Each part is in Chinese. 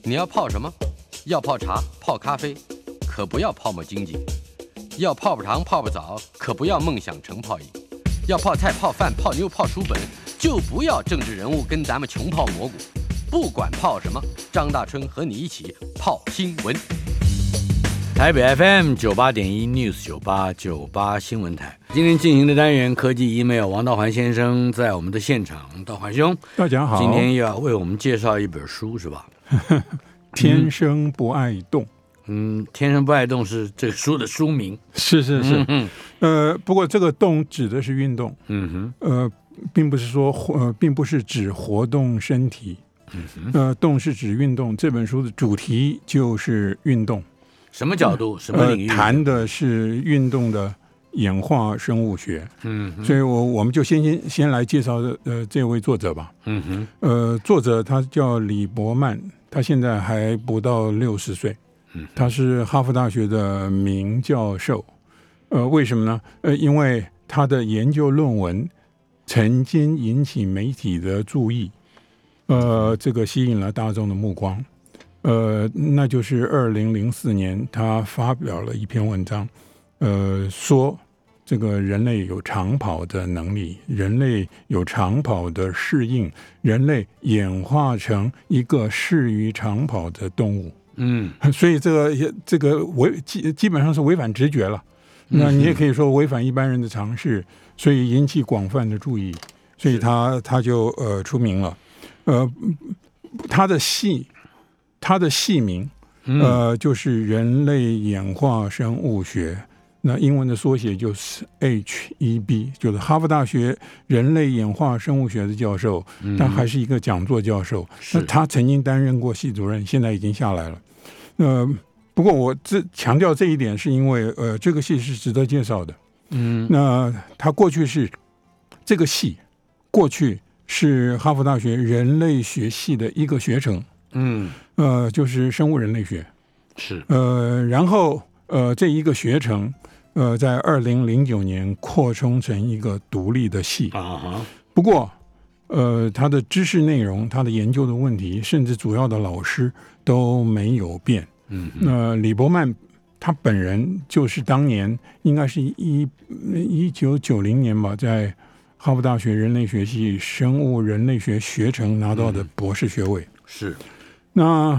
你要泡什么？要泡茶、泡咖啡，可不要泡沫经济；要泡泡糖、泡泡澡，可不要梦想成泡影；要泡菜、泡饭、泡妞、泡书本，就不要政治人物跟咱们穷泡蘑菇。不管泡什么，张大春和你一起泡新闻。台北 FM 98.1 News 98新闻台，今天进行的单元科技 email， 王道环先生在我们的现场。道环兄， 大家好。 今天要为我们介绍一本书是吧？ 天生不爱动。 天生不爱动是这个书的书名。 是。不过这个动指的是运动。并不是说并不是指活动身体。动是指运动。这本书的主题就是运动。 什么角度？什么领域？ 谈的是运动的演化生物学。所以我们就先来介绍这位作者吧。作者他叫李伯曼，他现在还不到60岁。他是哈佛大学的名教授。为什么呢？因为他的研究论文曾经引起媒体的注意，这个吸引了大众的目光。那就是2004年他发表了一篇文章，说这个人类有长跑的能力，人类有长跑的适应，人类演化成一个适于长跑的动物。所以这个基本上是违反直觉了。那你也可以说违反一般人的常识，所以引起广泛的注意，所以他就出名了。他的系名就是人类演化生物学，那英文的缩写就是 HEB， 就是哈佛大学人类演化生物学的教授。他还是一个讲座教授。那他曾经担任过系主任，现在已经下来了。不过我强调这一点是因为这个系是值得介绍的。那他过去是这个系过去是哈佛大学人类学系的一个学程。就是生物人类学。是。然后这一个学程在2009年扩充成一个独立的系。不过它的知识内容、它的研究的问题，甚至主要的老师都没有变。那李伯曼他本人就是当年应该是1990年吧，在哈佛大学人类学系生物人类学学程拿到的博士学位。是。那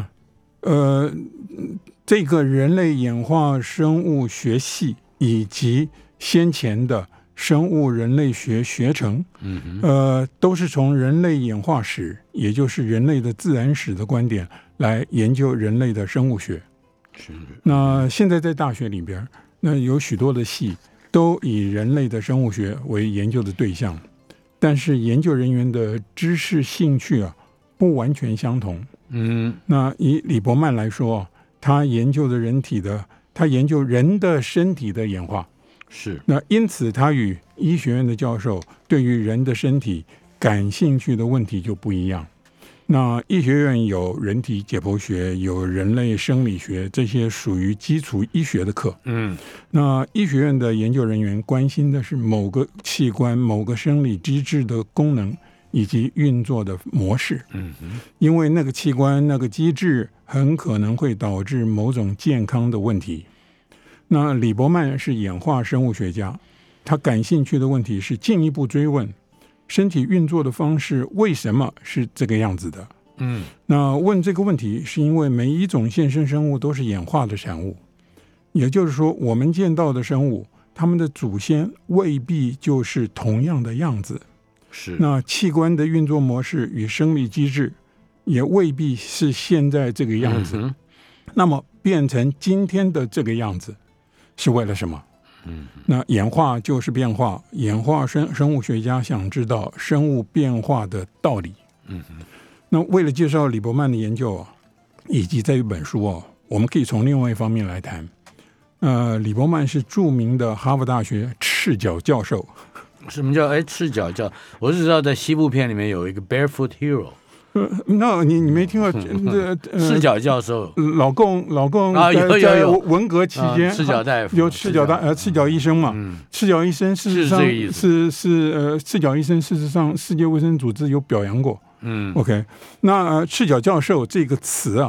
这个人类演化生物学系以及先前的生物人类学学程，都是从人类演化史，也就是人类的自然史的观点来研究人类的生物学。那现在在大学里边，那有许多的系都以人类的生物学为研究的对象，但是研究人员的知识兴趣不完全相同。那以李伯曼来说，他研究人的身体的演化。是。那因此他与医学院的教授对于人的身体感兴趣的问题就不一样。那医学院有人体解剖学，有人类生理学，这些属于基础医学的课。那医学院的研究人员关心的是某个器官、某个生理机制的功能以及运作的模式。因为那个器官、那个机制很可能会导致某种健康的问题。那李伯曼是演化生物学家，他感兴趣的问题是进一步追问身体运作的方式为什么是这个样子的。那问这个问题是因为每一种现生生物都是演化的产物，也就是说我们见到的生物，它们的祖先未必就是同样的样子。是。那器官的运作模式与生理机制也未必是现在这个样子。那么变成今天的这个样子是为了什么？那演化就是变化，演化生物学家想知道生物变化的道理。那为了介绍李伯曼的研究以及这一本书我们可以从另外一方面来谈。李伯曼是著名的哈佛大学赤脚教授。什么叫赤脚教？我是知道在西部片里面有一个 Barefoot Hero。 那你没听过赤脚教授？老共在文革期间赤脚大夫， 有赤脚医生嘛？赤脚医生事实上是赤脚医生，事实上世界卫生组织有表扬过。OK， 那赤脚教授这个词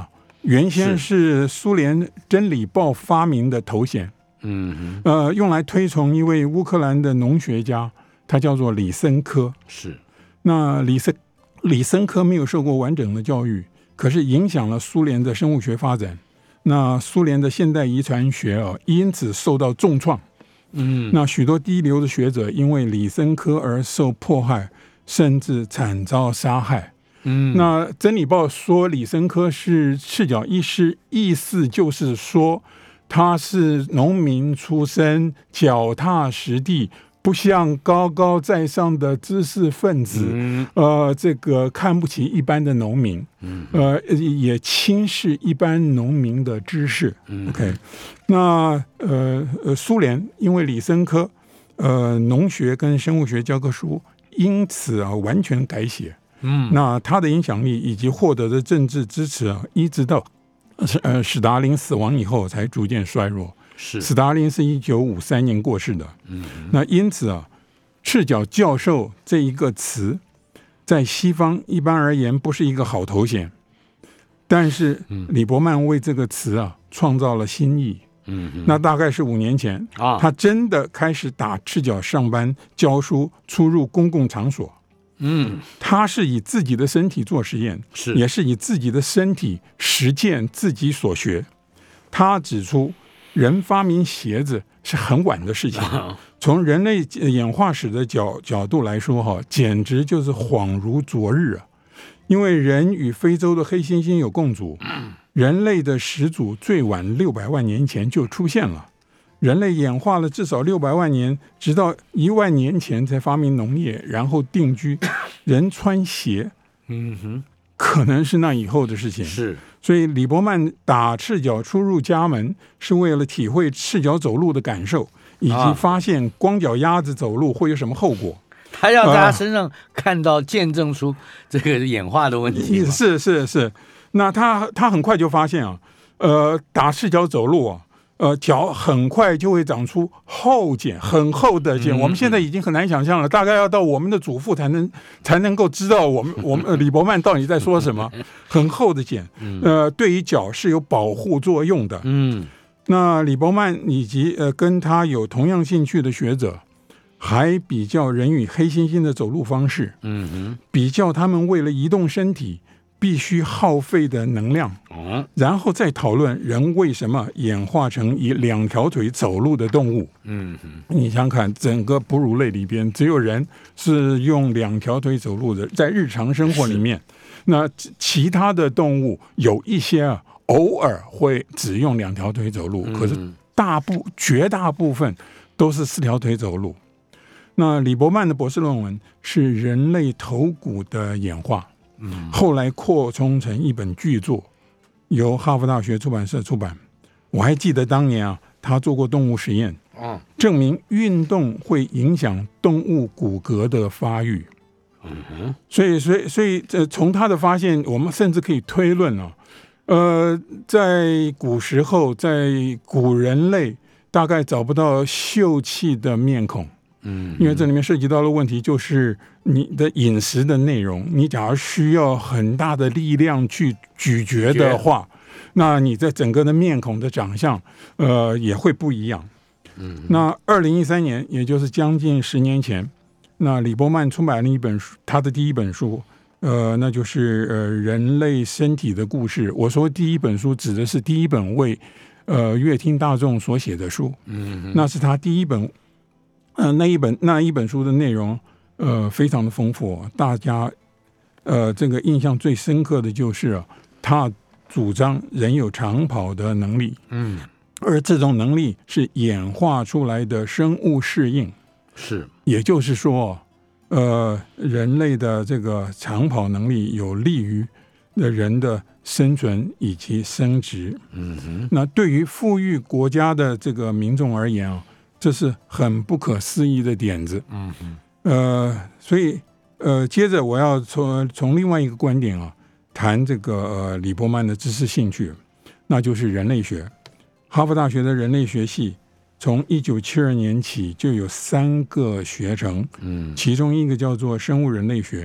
原先是苏联真理报发明的头衔，用来推崇一位乌克兰的农学家，他叫做李森科。 是， 那李森科没有受过完整的教育，可是影响了苏联的生物学发展。那苏联的现代遗传学因此受到重创。那许多第一流的学者因为李森科而受迫害，甚至惨遭杀害。那真理报说李森科是赤脚医师，意思就是说他是农民出身，脚踏实地，不像高高在上的知识分子，这个看不起一般的农民，也轻视一般农民的知识。OK， 那苏联因为李森科农学跟生物学教科书因此完全改写。那他的影响力以及获得的政治支持一直到史达林死亡以后才逐渐衰弱。史达林是1953年过世的。那因此赤脚教授这一个词在西方一般而言不是一个好头衔，但是李伯曼为这个词创造了新意。那大概是5年前他真的开始打赤脚上班教书，出入公共场所。他是以自己的身体做实验，也是以自己的身体实践自己所学。他指出，人发明鞋子是很晚的事情，从人类演化史的角度来说，简直就是恍如昨日。因为人与非洲的黑猩猩有共主，人类的始祖最晚600万年前就出现了。人类演化了至少600万年，直到1万年前才发明农业，然后定居。人穿鞋，可能是那以后的事情。所以李伯曼打赤脚出入家门，是为了体会赤脚走路的感受，以及发现光脚丫子走路会有什么后果。 他要在他身上看到见证出这个演化的问题。 是。那他很快就发现打赤脚走路脚很快就会长出后茧，很厚的茧。我们现在已经很难想象了，大概要到我们的祖父才能够知道我们李伯曼到底在说什么。很厚的茧，对于脚是有保护作用的。那李伯曼以及跟他有同样兴趣的学者，还比较人与黑猩猩的走路方式，比较他们为了移动身体必须耗费的能量，然后再讨论人为什么演化成以2条腿走路的动物。你想想看，整个哺乳类里边只有人是用2条腿走路的，在日常生活里面，那其他的动物有一些偶尔会只用2条腿走路，可是绝大部分都是4条腿走路。那李伯曼的博士论文是人类头骨的演化。后来扩充成一本巨作，由哈佛大学出版社出版。我还记得当年他做过动物实验，证明运动会影响动物骨骼的发育。所以从他的发现，我们甚至可以推论在古时候，在古人类大概找不到秀气的面孔。因为这里面涉及到的问题就是你的饮食的内容，你假如需要很大的力量去咀嚼的话，那你在整个的面孔的长相也会不一样。那2013年，也就是将近10年前，那李伯曼出版了一本书，他的第一本书，那就是人类身体的故事。我说第一本书指的是第一本为乐听大众所写的书。那是他第一本。那一本书的内容非常的丰富，大家这个印象最深刻的就是他主张人有长跑的能力，而这种能力是演化出来的生物适应，也就是说人类的这个长跑能力有利于人的生存以及升值。那对于富裕国家的这个民众而言这是很不可思议的点子。所以接着我要从另外一个观点谈这个李伯曼的知识兴趣，那就是人类学。哈佛大学的人类学系从1972年起就有3个学程，其中一个叫做生物人类学，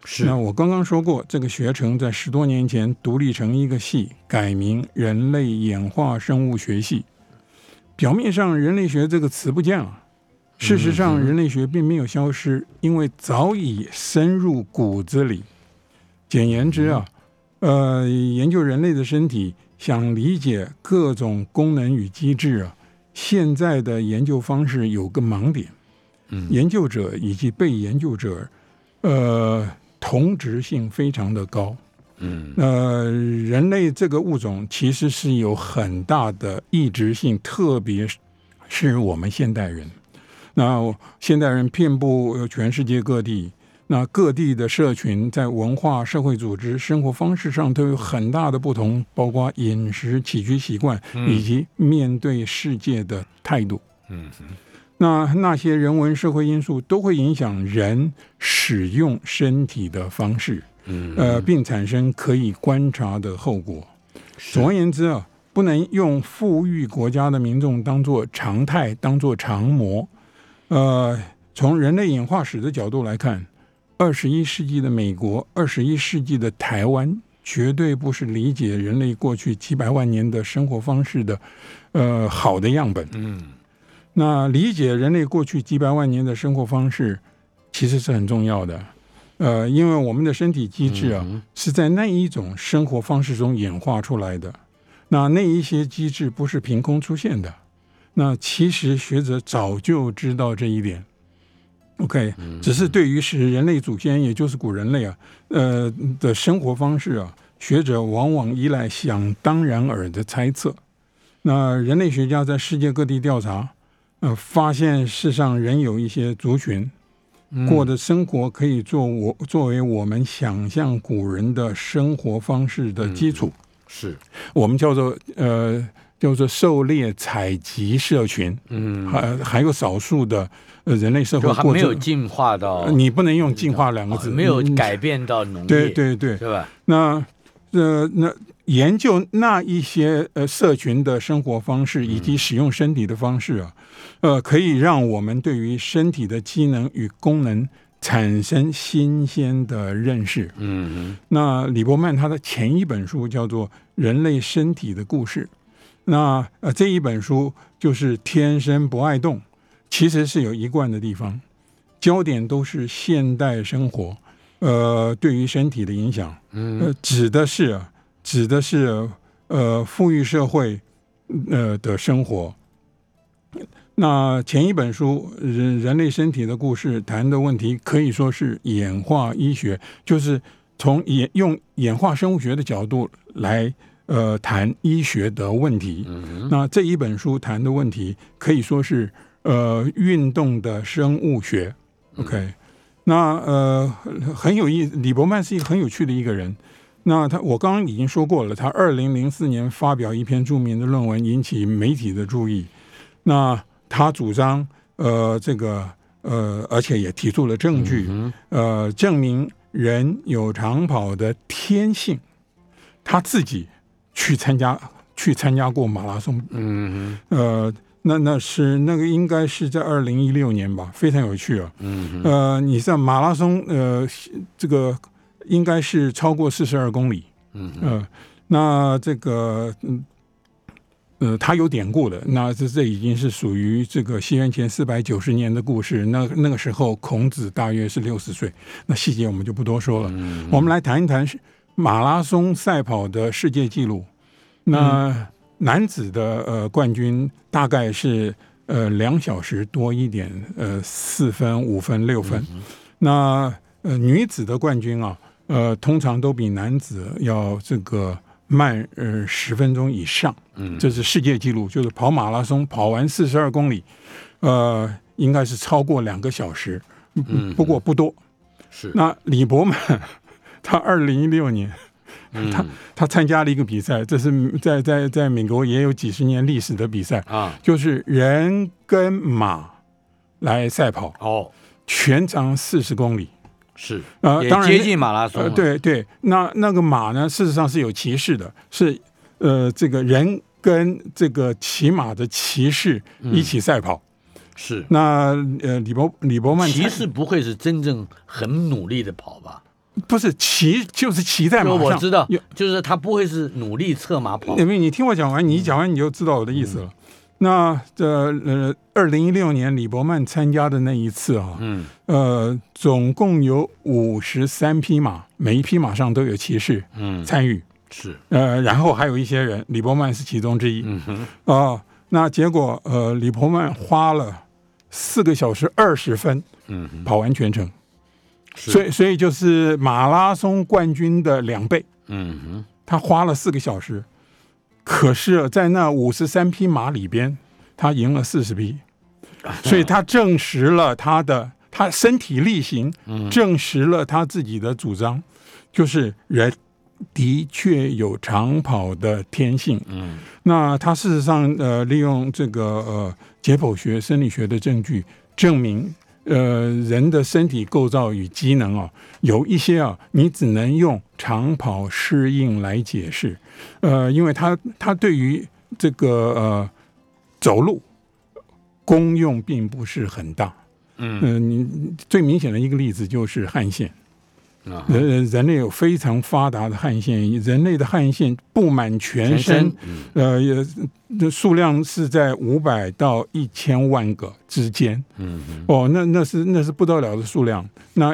那我刚刚说过，这个学程在10多年前独立成一个系，改名人类演化生物学系。表面上人类学这个词不见了，事实上人类学并没有消失，因为早已深入骨子里。简言之啊，研究人类的身体，想理解各种功能与机制啊，现在的研究方式有个盲点，研究者以及被研究者，同质性非常的高。人类这个物种其实是有很大的异质性，特别是我们现代人。那现代人遍布全世界各地，那各地的社群在文化、社会组织、生活方式上都有很大的不同，包括饮食、起居习惯以及面对世界的态度。那些人文社会因素都会影响人使用身体的方式，并产生可以观察的后果。总而言之啊，不能用富裕国家的民众当作常态，当作常模。从人类演化史的角度来看，21世纪的美国，21世纪的台湾，绝对不是理解人类过去几百万年的生活方式的好的样本。那理解人类过去几百万年的生活方式其实是很重要的。因为我们的身体机制啊，是在那一种生活方式中演化出来的。那一些机制不是凭空出现的。那其实学者早就知道这一点。OK， 只是对于是人类祖先，也就是古人类啊，的生活方式啊，学者往往依赖想当然耳的猜测。那人类学家在世界各地调查，发现世上仍有一些族群过的生活可以作为我们想象古人的生活方式的基础。 是我们叫做狩猎采集社群。还有少数的人类社会还没有进化到， 你不能用进化两个字， 没有改变到农业， 对， 是吧？ 那研究那一些社群的生活方式以及使用身体的方式啊，可以让我们对于身体的机能与功能产生新鲜的认识。那李伯曼他的前一本书叫做《人类身体的故事》，那这一本书就是天生不爱动，其实是有一贯的地方，焦点都是现代生活对于身体的影响。指的是富裕社会的生活。那前一本书人类身体的故事谈的问题可以说是演化医学，就是从用演化生物学的角度来谈医学的问题。那这一本书谈的问题可以说是运动的生物学。OK， 那很有意思，李伯曼是一个很有趣的一个人。那我刚刚已经说过了，他2004年发表一篇著名的论文，引起媒体的注意。那他主张而且也提出了证据，证明人有长跑的天性。他自己去参加过马拉松。那个应该是在2016年吧，非常有趣啊。你知道马拉松这个应该是超过42公里。那这个它有典故的，那这已经是属于这个西元前490年的故事。那个时候孔子大约是60岁，那细节我们就不多说了。我们来谈一谈马拉松赛跑的世界纪录。那男子的冠军大概是2小时多一点，4分、5分、6分。那女子的冠军啊，通常都比男子要这个慢10分钟以上。这是世界纪录，就是跑马拉松跑完42公里，应该是超过2个小时。不过不多。 是。 那李伯曼他2016年。他参加了一个比赛，这是在美国也有几十年历史的比赛啊，就是人跟马来赛跑，全长40公里， 是当然接近马拉松。 对，那个马呢，事实上是有骑士的，是这个人跟这个骑马的骑士一起赛跑。 是。 那李伯曼骑士不会是真正很努力的跑吧？ 不是骑，就是骑在马上。 我知道，就是他不会是努力策马跑。 你听我讲完，你讲完你就知道我的意思了。那2016年李伯曼参加的那一次啊，总共有53匹马，每一匹马上都有骑士参与， 是然后还有一些人，李伯曼是其中之一。那结果李伯曼花了4个小时20分，跑完全程，所以就是马拉松冠军的2倍。他花了4个小时。可是，在那53匹马里边，他赢了40匹，所以他证实了他身体力行，证实了他自己的主张，就是人的确有长跑的天性。那他事实上利用这个解剖学、生理学的证据证明。人的身体构造与机能有一些你只能用长跑适应来解释，因为它对于这个走路功用并不是很大。你最明显的一个例子就是汗腺。人类有非常发达的汗腺，人类的汗腺布满全身，数量是在500到1000万个之间。那是不得了的数量。那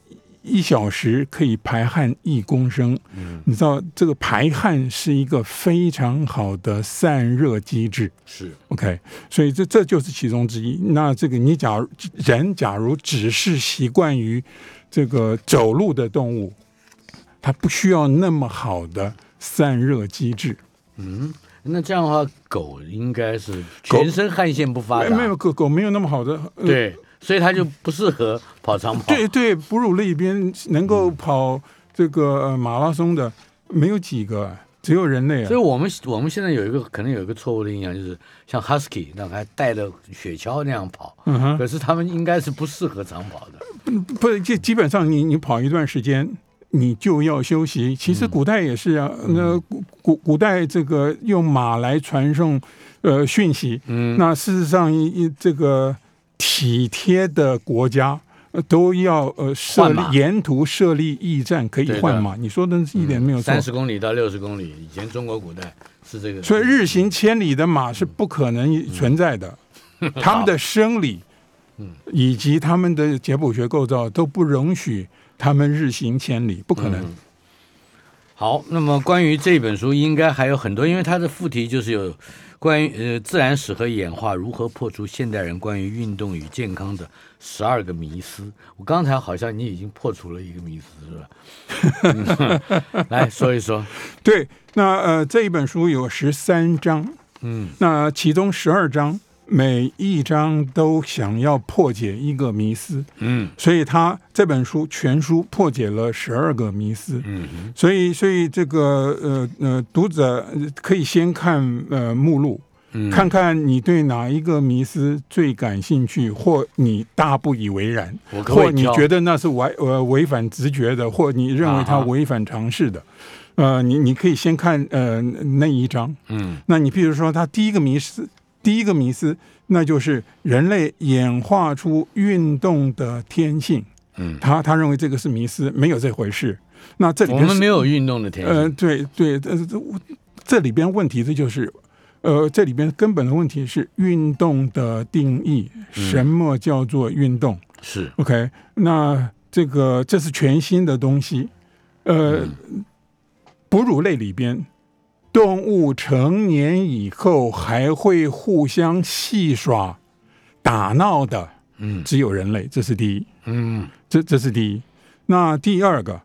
1小时可以排汗1公升。你知道这个排汗是一个非常好的散热机制。 是 OK， 所以这就是其中之一。那这个你假如只是习惯于这个走路的动物，它不需要那么好的散热机制。 那这样的话，狗应该是全身汗腺不发达。 没有狗没有那么好的。 对，所以它就不适合跑长跑。 对，哺乳类边能够跑这个马拉松的没有几个，只有人类。 所以我们现在可能有一个错误的印象，就是像 Husky 那还带着雪橇那样跑，可是他们应该是不适合长跑的。 不，基本上你跑一段时间，你就要休息。其实古代也是啊，那古代这个用马来传送讯息，那事实上这个体贴的国家都要沿途设立驿站可以换马。你说的一点没有错。 30公里到60公里，以前中国古代是这个。 所以日行千里的马是不可能存在的，他们的生理。以及他们的解剖学构造都不容许他们日行千里，不可能。 好，那么关于这本书应该还有很多，因为它的副题就是有关于自然史和演化如何破除现代人关于运动与健康的12个迷思。我刚才好像你已经破除了一个迷思，是吧？来说一说。 对，那这一本书有13章，那其中12章。每一章都想要破解一个迷思，所以他这本书全书破解了12个迷思，所以这个读者可以先看目录，看看你对哪一个迷思最感兴趣，或你大不以为然，或你觉得那是违反直觉的，或你认为它违反常识的。你可以先看那一章，那你譬如说他第一个迷思，那就是人类演化出运动的天性。他认为这个是迷思，没有这回事。那这里边我们没有运动的天性。 对，这里边问题这就是这里边根本的问题是运动的定义，什么叫做运动？ 是 OK， 那这是全新的东西。哺乳类里边。动物成年以后还会互相戏耍、打闹的，只有人类，这是第一。这是第一。那第二个，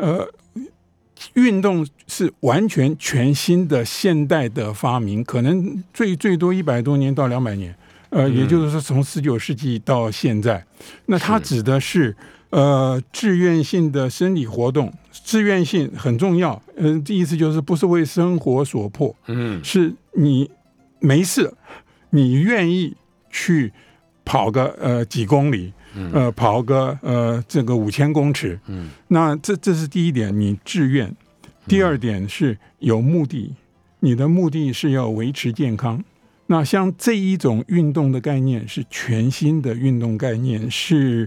运动是完全全新的现代的发明，可能最多100多年到200年，也就是说从19世纪到现在。那它指的是志愿性的生理活动。志愿性很重要，意思就是不是为生活所迫，是你没事，你愿意去跑个几公里，跑个这个5000公尺，那这是第一点，你志愿。第二点是有目的，你的目的是要维持健康。那像这一种运动的概念是全新的运动概念，是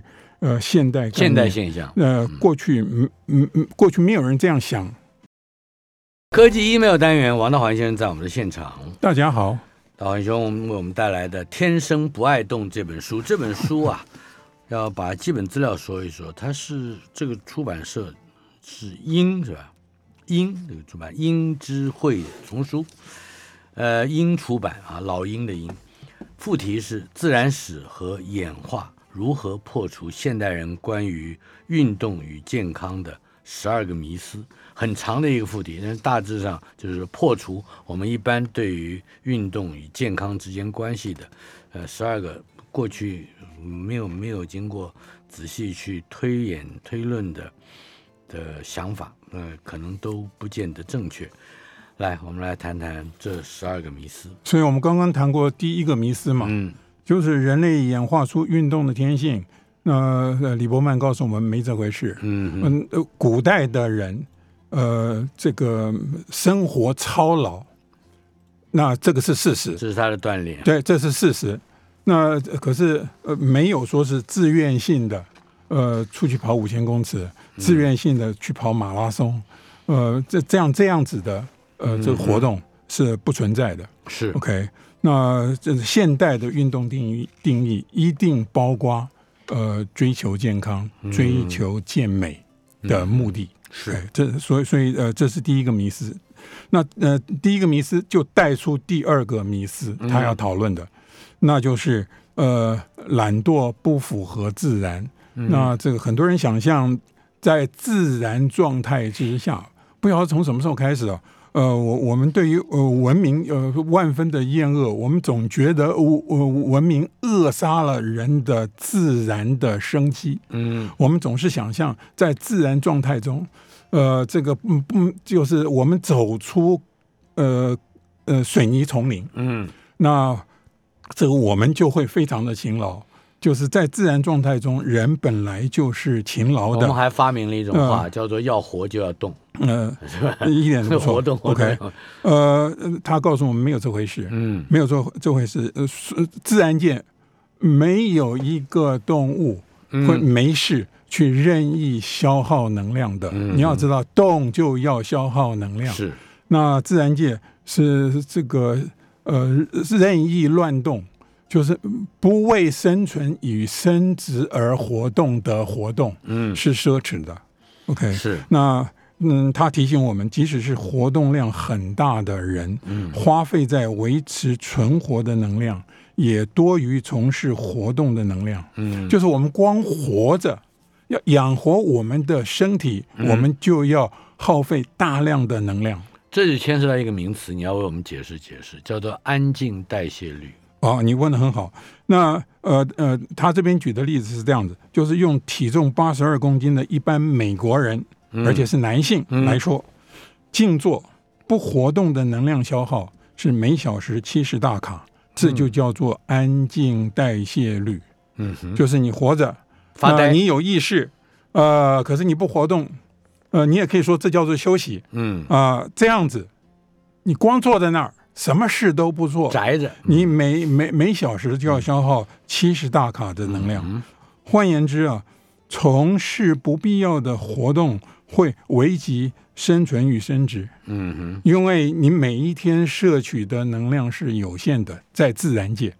现代现象。 过去没有人这样想。 科技 email 单元，王道环先生在我们的现场。 大家好， 道环兄为我们带来的《天生不爱动》这本书。这本书啊，要把基本资料说一说。它是这个出版社是英是吧？英这个出版英之慧丛书，英出版啊，老鹰的鹰。副题是自然史和演化如何破除现代人关于运动与健康的12个迷思，很长的一个副题，但是大致上就是破除我们一般对于运动与健康之间关系的12个过去没有经过仔细去推演推论的想法，可能都不见得正确。来，我们来谈谈这12个迷思。 所以我们刚刚谈过第一个迷思嘛，就是人类演化出运动的天性。李伯曼告诉我们没这回事。古代的人，这个生活操劳，那这个是事实， 这是他的锻炼。 对，这是事实。那可是没有说是自愿性的，出去跑5000公尺，自愿性的去跑马拉松，这样子的。这个活动是不存在的。 是 OK， 那这现代的运动定义一定包括追求健康、追求健美的目的。 是所以这是第一个迷思。那第一个迷思就带出第二个迷思，他要讨论的，那就是懒惰不符合自然。那这个很多人想象在自然状态之下，不知道从什么时候开始啊。我们对于文明万分的厌恶，我们总觉得文明扼杀了人的自然的生机。我们总是想象在自然状态中，这个就是我们走出水泥丛林。那这个我们就会非常的勤劳。就是在自然状态中，人本来就是勤劳的。 我们还发明了一种话，叫做要活就要动。 是吧？一点都不错。 活动 OK， 他告诉我们没有这回事。没有这回事。自然界没有一个动物会没事去任意消耗能量的。你要知道，动就要消耗能量。 是。 那自然界是这个任意乱动。就是不为生存与生殖而活动的活动，是奢侈的。OK， 是。 那他提醒我们，即使是活动量很大的人，花费在维持存活的能量，也多于从事活动的能量。就是我们光活着，要养活我们的身体，我们就要耗费大量的能量。 这就牵涉到一个名词，你要为我们解释，叫做安静代谢率。 你问得很好。那他这边举的例子是这样子，就是用体重82公斤的一般美国人，而且是男性来说，静坐不活动的能量消耗是每小时70大卡，这就叫做安静代谢率。就是你活着发呆， 你有意识，可是你不活动，你也可以说这叫做休息。这样子，你光坐在那儿。什么事都不做， 宅着， 你每小时就要消耗70大卡的能量。换言之啊，从事不必要的活动会危及生存与生殖。因为你每一天摄取的能量是有限的，在自然界。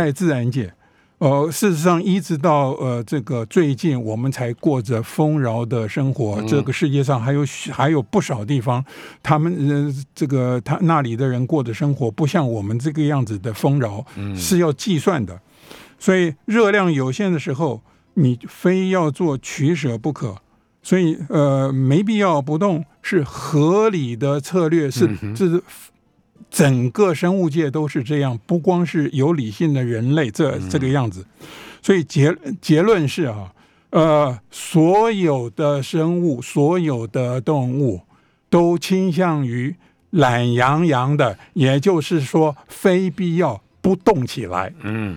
事实上，一直到这个最近，我们才过着丰饶的生活。这个世界上还有不少地方，他们他那里的人过的生活不像我们这个样子的丰饶，是要计算的。所以热量有限的时候，你非要做取舍不可。所以没必要不动是合理的策略，是整个生物界都是这样，不光是有理性的人类这个样子。所以结论是所有的生物，所有的动物都倾向于懒洋洋的，也就是说非必要不动起来。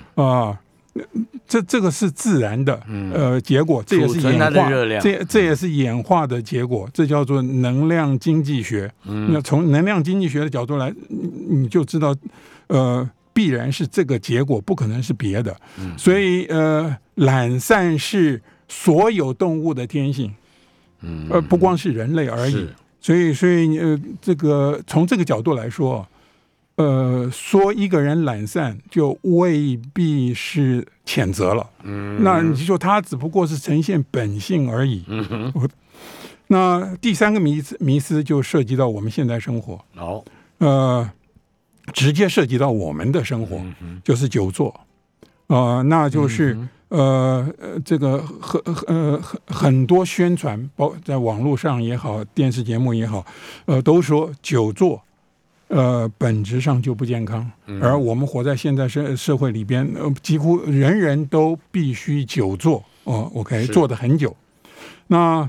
这个是自然的结果，这也是演化，这也是演化的结果，这叫做能量经济学。那从能量经济学的角度来，你就知道必然是这个结果，不可能是别的。所以懒散是所有动物的天性，不光是人类而已。所以这个从这个角度来说，说一个人懒散就未必是谴责了。那你说他只不过是呈现本性而已。那第三个迷思就涉及到我们现在生活，直接涉及到我们的生活，就是久坐。那就是这个很多宣传，在网络上也好，电视节目也好，都说久坐本质上就不健康。而我们活在现在社会里边，几乎人人都必须久坐，OK， 坐得很久。那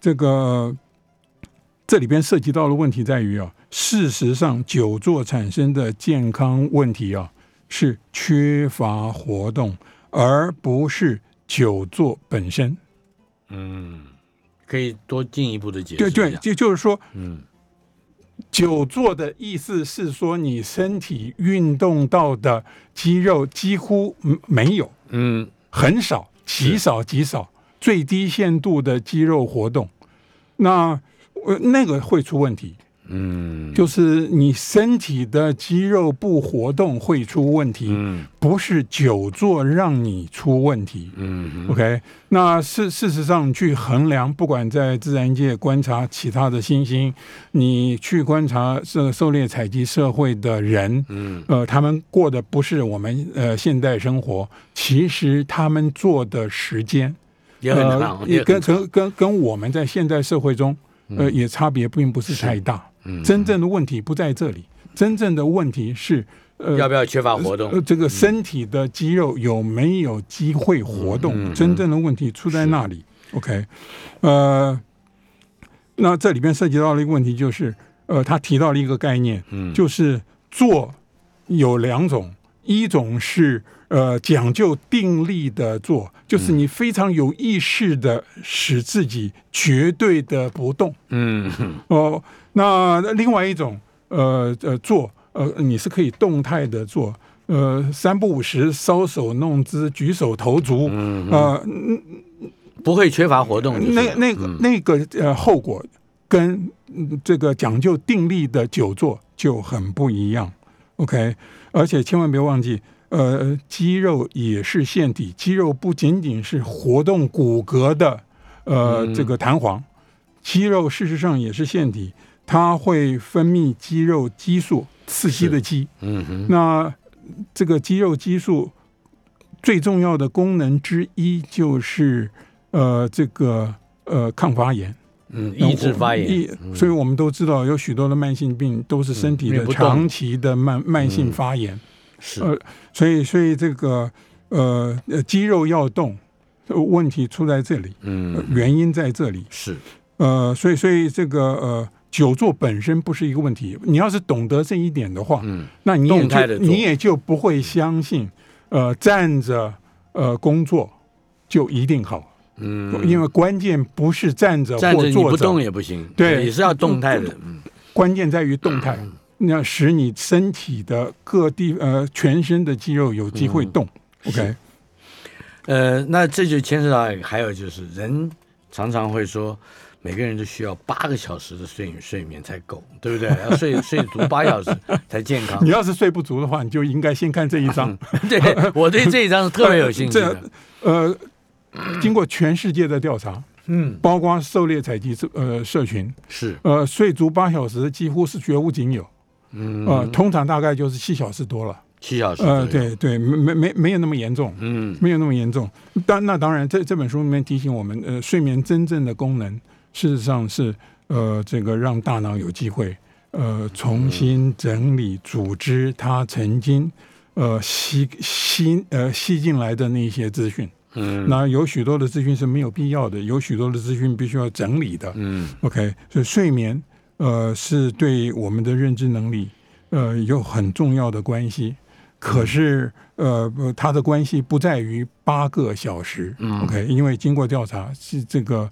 这里边涉及到的问题在于事实上久坐产生的健康问题是缺乏活动，而不是久坐本身。 可以多进一步的解释。 对，就是说，久坐的意思是说，你身体运动到的肌肉几乎没有，很少，极少，最低限度的肌肉活动，那个会出问题。就是你身体的肌肉不活动会出问题，不是久坐让你出问题。OK， 那事实上去衡量，不管在自然界观察其他的猩猩，你去观察狩猎采集社会的人，他们过的不是我们现代生活，其实他们做的时间也很长， 跟我们在现代社会中，也差别并不是太大。真正的问题不在这里，真正的问题是要不要缺乏活动？ 这个身体的肌肉有没有机会活动？真正的问题出在那里。OK， 那这里边涉及到了一个问题，就是他提到了一个概念，就是坐有两种，一种是讲究定力的坐，就是你非常有意识的使自己绝对的不动。那另外一种坐，你是可以动态的做，三不五时搔首弄姿，举手投足， 不会缺乏活动。 那个后果跟这个讲究定力的久坐就很不一样。OK， 而且千万别忘记，肌肉也是腺体，肌肉不仅仅是活动骨骼的这个弹簧，肌肉事实上也是腺体。它会分泌肌肉激素，刺激的激。那这个肌肉激素最重要的功能之一就是这个抗发炎， 抑制发炎。 所以我们都知道有许多的慢性病都是身体的长期的慢性发炎。所以这个肌肉要动，问题出在这里，原因在这里。所以这个久坐本身不是一个问题，你要是懂得这一点的话，那你也就不会相信，站着工作就一定好，因为关键不是站着或坐着， 你不动也不行， 对， 也是要动态的， 关键在于动态，那使你身体的各地全身的肌肉有机会动。OK， 那这就牵涉到还有就是人常常会说。每个人都需要8个小时的睡眠才够，对不对？要睡足8小时才健康。 你要是睡不足的话，你就应该先看这一章。 对，我对这一章是特别有兴趣的。 经过全世界的调查，包括狩猎采集社群， 是睡足8小时几乎是绝无仅有。通常大概就是7小时多了。 7小时， 对，没有那么严重，没有那么严重。那当然，这本书里面提醒我们，睡眠真正的功能。事实上是这个让大脑有机会重新整理组织它曾经吸进来的那些资讯。那有许多的资讯是没有必要的，有许多的资讯必须要整理的。OK， 所以睡眠是对我们的认知能力有很重要的关系。可是它的关系不在于8个小时，OK， 因为经过调查是这个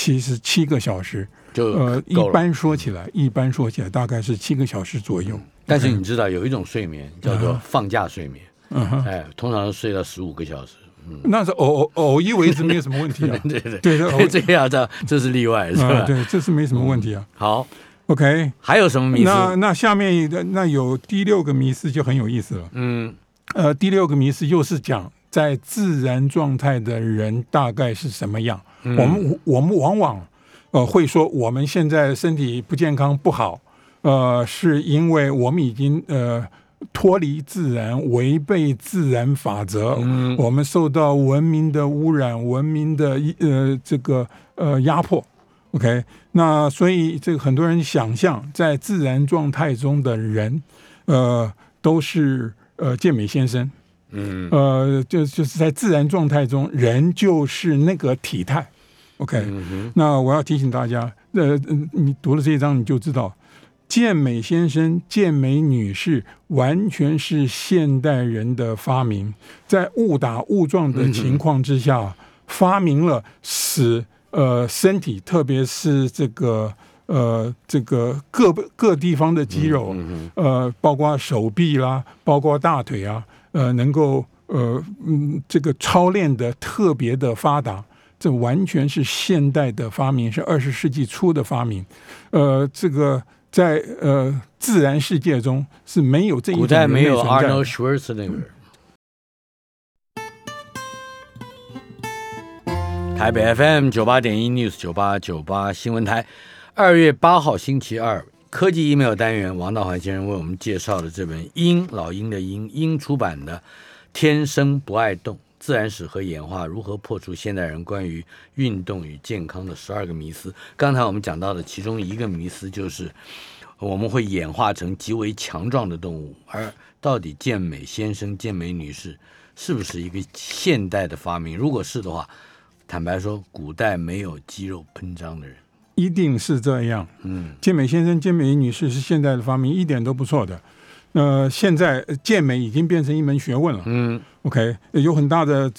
77个小时， 就一般说起来大概是7个小时左右。 但是你知道有一种睡眠叫做放假睡眠，通常都睡到15个小时， 那是偶一为之没有什么问题啊。 对对对， 这个这是例外，是吧？ 对，这是没什么问题啊。 好 ，OK， 还有什么迷思？ 那下面那有第6个迷思就很有意思了。第6个迷思又是讲在自然状态的人大概是什么样。我们往往会说我们现在身体不健康不好，是因为我们已经脱离自然，违背自然法则，我们受到文明的污染，文明的这个压迫。OK， 那所以这个很多人想象在自然状态中的人，都是健美先生。就是在自然状态中，人就是那个体态。OK，那我要提醒大家，你读了这一章你就知道。健美先生、健美女士完全是现代人的发明，在误打误撞的情况之下，发明了使身体，特别是这个各地方的肌肉，包括手臂啦，包括大腿啊，能够这个操练的特别的发达。这完全是现代的发明，是20世纪初的发明。这个在自然世界中是没有这一种人类存在的。古代没有 Arnold Schwarzenegger。台北 FM 98.1 News 9898新闻台，2月8号星期二，科技 email 单元，王道环先生为我们介绍了这本老鹰的鹰出版的《天生不爱动：自然史和演化如何破除现代人关于运动与健康的12个迷思。刚才我们讲到的其中一个迷思就是我们会演化成极为强壮的动物，而到底健美先生、健美女士是不是一个现代的发明？如果是的话，坦白说，古代没有肌肉膨胀的人， 一定是这样。健美先生、健美女士是现代的发明，一点都不错的。现在健美已经变成一门学问了。OK， 有很大的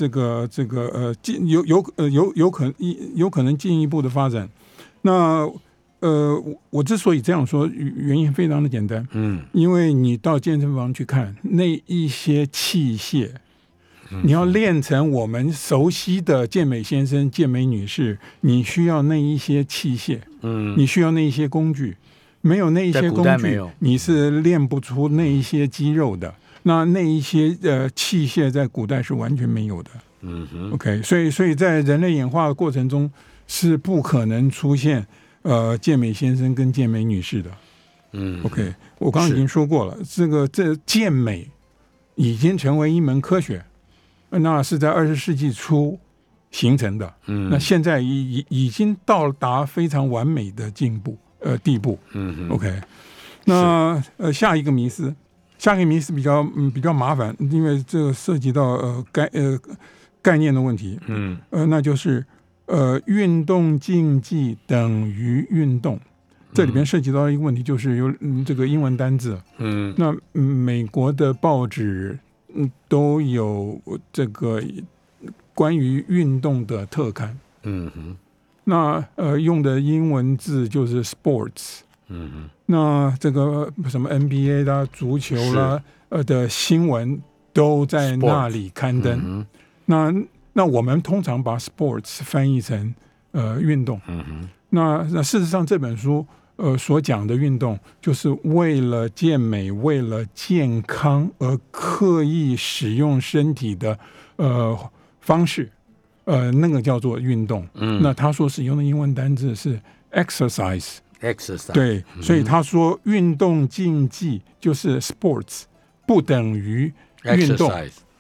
有可能进一步的发展。那我之所以这样说，原因非常的简单。因为你到健身房去看那一些器械，你要练成我们熟悉的健美先生、健美女士，你需要那一些器械，你需要那一些工具。没有那一些工具，你是练不出那一些肌肉的。那一些器械在古代是完全没有的。OK， 所以在人类演化的过程中是不可能出现健美先生跟健美女士的。OK， 我刚刚已经说过了，这健美已经成为一门科学，那是在20世纪初形成的。那现在已经到达非常完美的地步。OK， 那下一个迷思比较麻烦，因为这个涉及到概念的问题。那就是运动竞技等于运动。这里边涉及到一个问题，就是有这个英文单字。那美国的报纸都有这个关于运动的特刊。那用的英文字就是 sports。那这个什么 NBA 啦、足球啦的新闻都在那里刊登。那我们通常把 sports 翻译成运动。那事实上这本书所讲的运动，就是为了健美、为了健康而刻意使用身体的方式。那个叫做运动。那他说使用的英文单字是 exercise。对，所以他说运动竞技就是 sports， 不等于运动。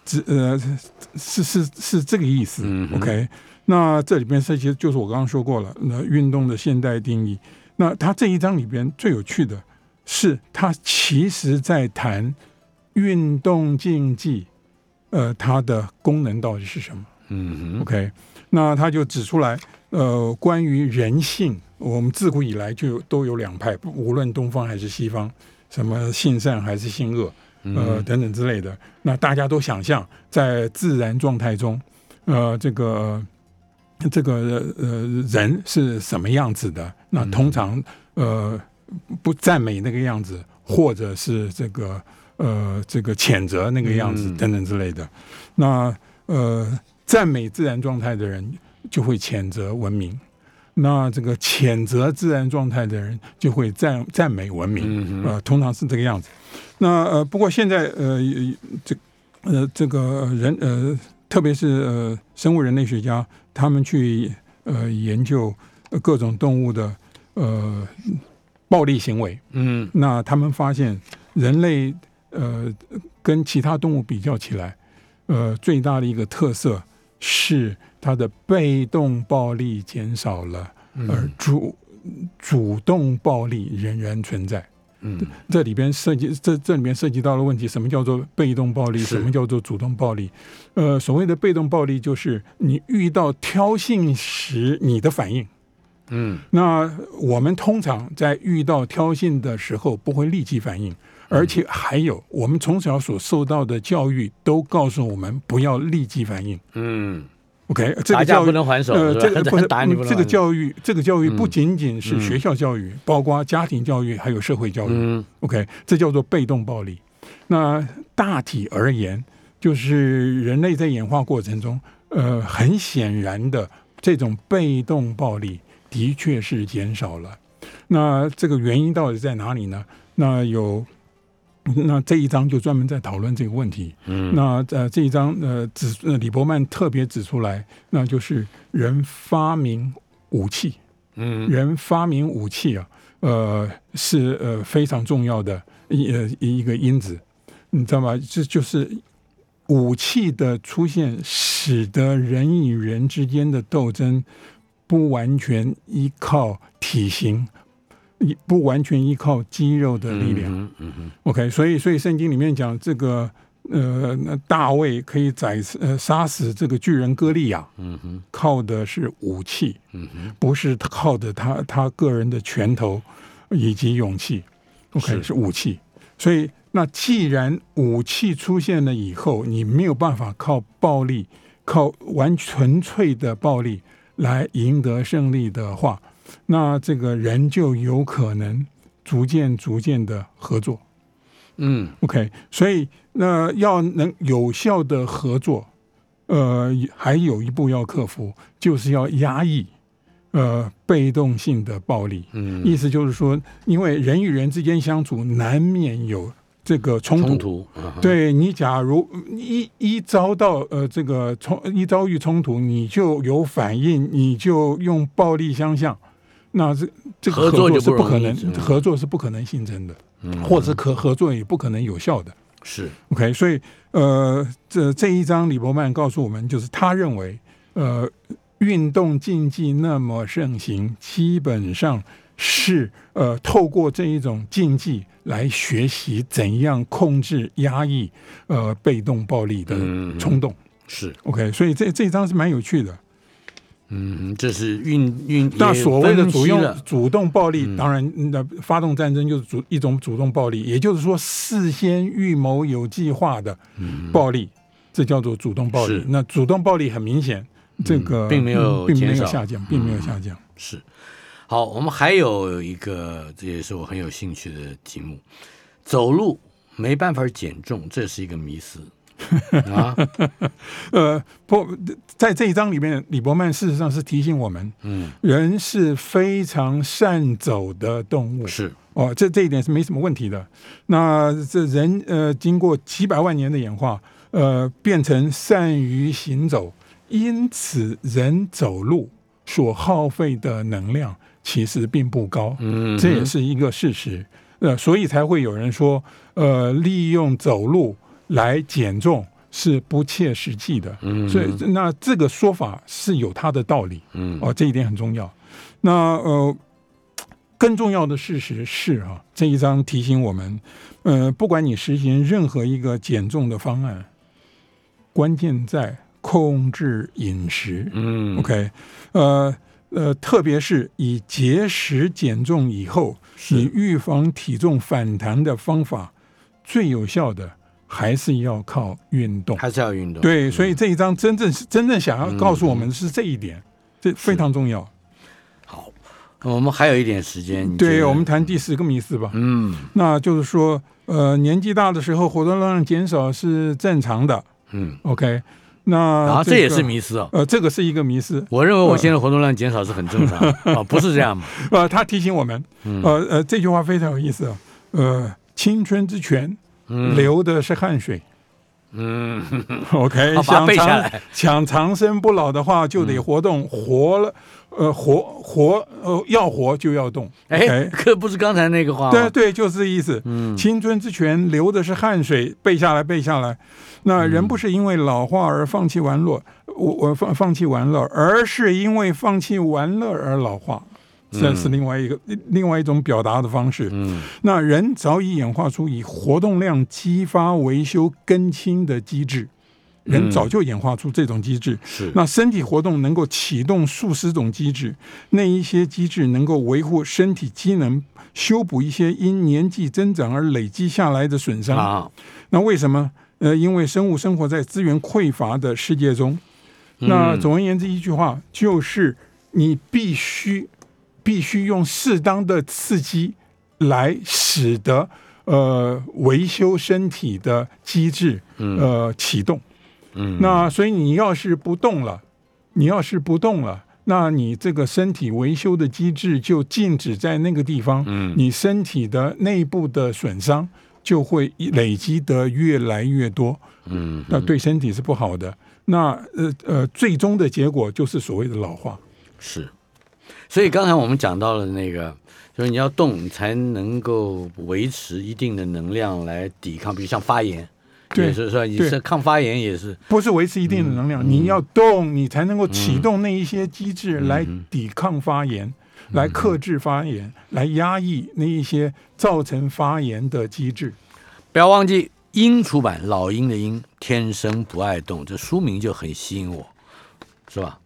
是这个意思。OK， 那这里边其实就是我刚刚说过了，那运动的现代定义。那他这一章里边最有趣的是，他其实在谈运动竞技，它的功能到底是什么？OK， 那他就指出来，关于人性，我们自古以来就都有两派，无论东方还是西方，什么性善还是性恶，等等之类的。那大家都想象在自然状态中，这个人是什么样子的？那通常不赞美那个样子，或者是这个谴责那个样子，等等之类的。那赞美自然状态的人就会谴责文明，那这个谴责自然状态的人就会赞美文明，通常是这个样子。那不过现在这个人特别是生物人类学家，他们去研究各种动物的暴力行为，那他们发现人类跟其他动物比较起来，最大的一个特色是它的被动暴力减少了，而主动暴力仍然存在。这里边涉及到了问题，什么叫做被动暴力，什么叫做主动暴力？所谓的被动暴力就是你遇到挑衅时你的反应。那我们通常在遇到挑衅的时候不会立即反应，而且还有我们从小所受到的教育都告诉我们不要立即反应。OK， 这个打架不能还手， 这个教育不仅仅是学校教育，包括家庭教育还有社会教育。OK， 这叫做被动暴力。那大体而言，就是人类在演化过程中，很显然的这种被动暴力的确是减少了。那这个原因到底在哪里呢？那这一章就专门在讨论这个问题。那这一章李伯曼特别指出来，那就是人发明武器。人发明武器是非常重要的一个因子，你知道吗？这就是武器的出现，使得人与人之间的斗争不完全依靠体型，不完全依靠肌肉的力量。OK， 所以圣经里面讲这个大卫可以杀死这个巨人歌利亚，靠的是武器，不是靠的他个人的拳头以及勇气。OK， 是武器。所以那既然武器出现了以后，你没有办法靠暴力，靠纯粹的暴力来赢得胜利的话，那这个人就有可能逐渐的合作。OK， 所以那要能有效的合作，还有一步要克服，就是要压抑被动性的暴力。意思就是说，因为人与人之间相处难免有这个冲突。对，你假如一遭到一遭遇冲突，你就有反应，你就用暴力相向，那这个合作是不可能，合作是不可能形成的，或者合作也不可能有效的。 是 OK， 所以这一章李伯曼告诉我们，就是他认为运动竞技那么盛行，基本上是透过这一种竞技来学习怎样控制压抑被动暴力的冲动。 是 OK， 所以这一章是蛮有趣的。 这是那所谓的主动暴力，当然发动战争就是一种主动暴力，也就是说事先预谋有计划的暴力，这叫做主动暴力。那主动暴力很明显，这个并没有下降，并没有下降。 是。好，我们还有一个，这也是我很有兴趣的题目：走路没办法减重，这是一个迷思。 在这一章里面，李伯曼事实上是提醒我们，人是非常善走的动物。 是这一点是没什么问题的。那这人经过几百万年的演化，变成善于行走，因此人走路所耗费的能量其实并不高。这也是一个事实。所以才会有人说，利用走路来减重是不切实际的。所以那这个说法是有它的道理。这一点很重要。那更重要的事实是这一章提醒我们，不管你实行任何一个减重的方案，关键在控制饮食。OK， 特别是以节食减重以后，你预防体重反弹的方法最有效的还是要靠运动， 还是要运动。 对，所以这一章真正想要告诉我们的是这一点，这非常重要。 好，我们还有一点时间， 对，我们谈第10个迷思吧。那就是说，年纪大的时候活动量减少是正常的。OK， 那这也是迷思哦。 这个是一个迷思。 我认为我现在活动量减少是很正常的不是这样吗？ 他提醒我们，这句话非常有意思青春之泉，流的是汗水。OK， 想长生不老的话，就得活动，活了，要活就要动。 可不是刚才那个话吗？ 对，就是这意思。青春之泉流的是汗水，背下来。那人不是因为老化而放弃玩乐，放弃玩乐，而是因为放弃玩乐而老化。这是另外一种表达的方式。那人早已演化出以活动量激发维修更新的机制，人早就演化出这种机制。那身体活动能够启动数十种机制，那一些机制能够维护身体机能，修补一些因年纪增长而累积下来的损伤。那为什么？因为生物生活在资源匮乏的世界中。那总而言之，一句话就是你必须用适当的刺激来使得维修身体的机制启动。那所以你要是不动了，那你这个身体维修的机制就静止在那个地方，你身体的内部的损伤就会累积得越来越多。那对身体是不好的。那最终的结果就是所谓的老化。 是。所以刚才我们讲到了那个，就是你要动，你才能够维持一定的能量来抵抗，比如像发炎，对，所以说你是抗发炎也是， 不是维持一定的能量，你要动，你才能够启动那一些机制来抵抗发炎，来克制发炎，来压抑那一些造成发炎的机制。 不要忘记鹰出版，老鹰的鹰，天生不爱动，这书名就很吸引我，是吧？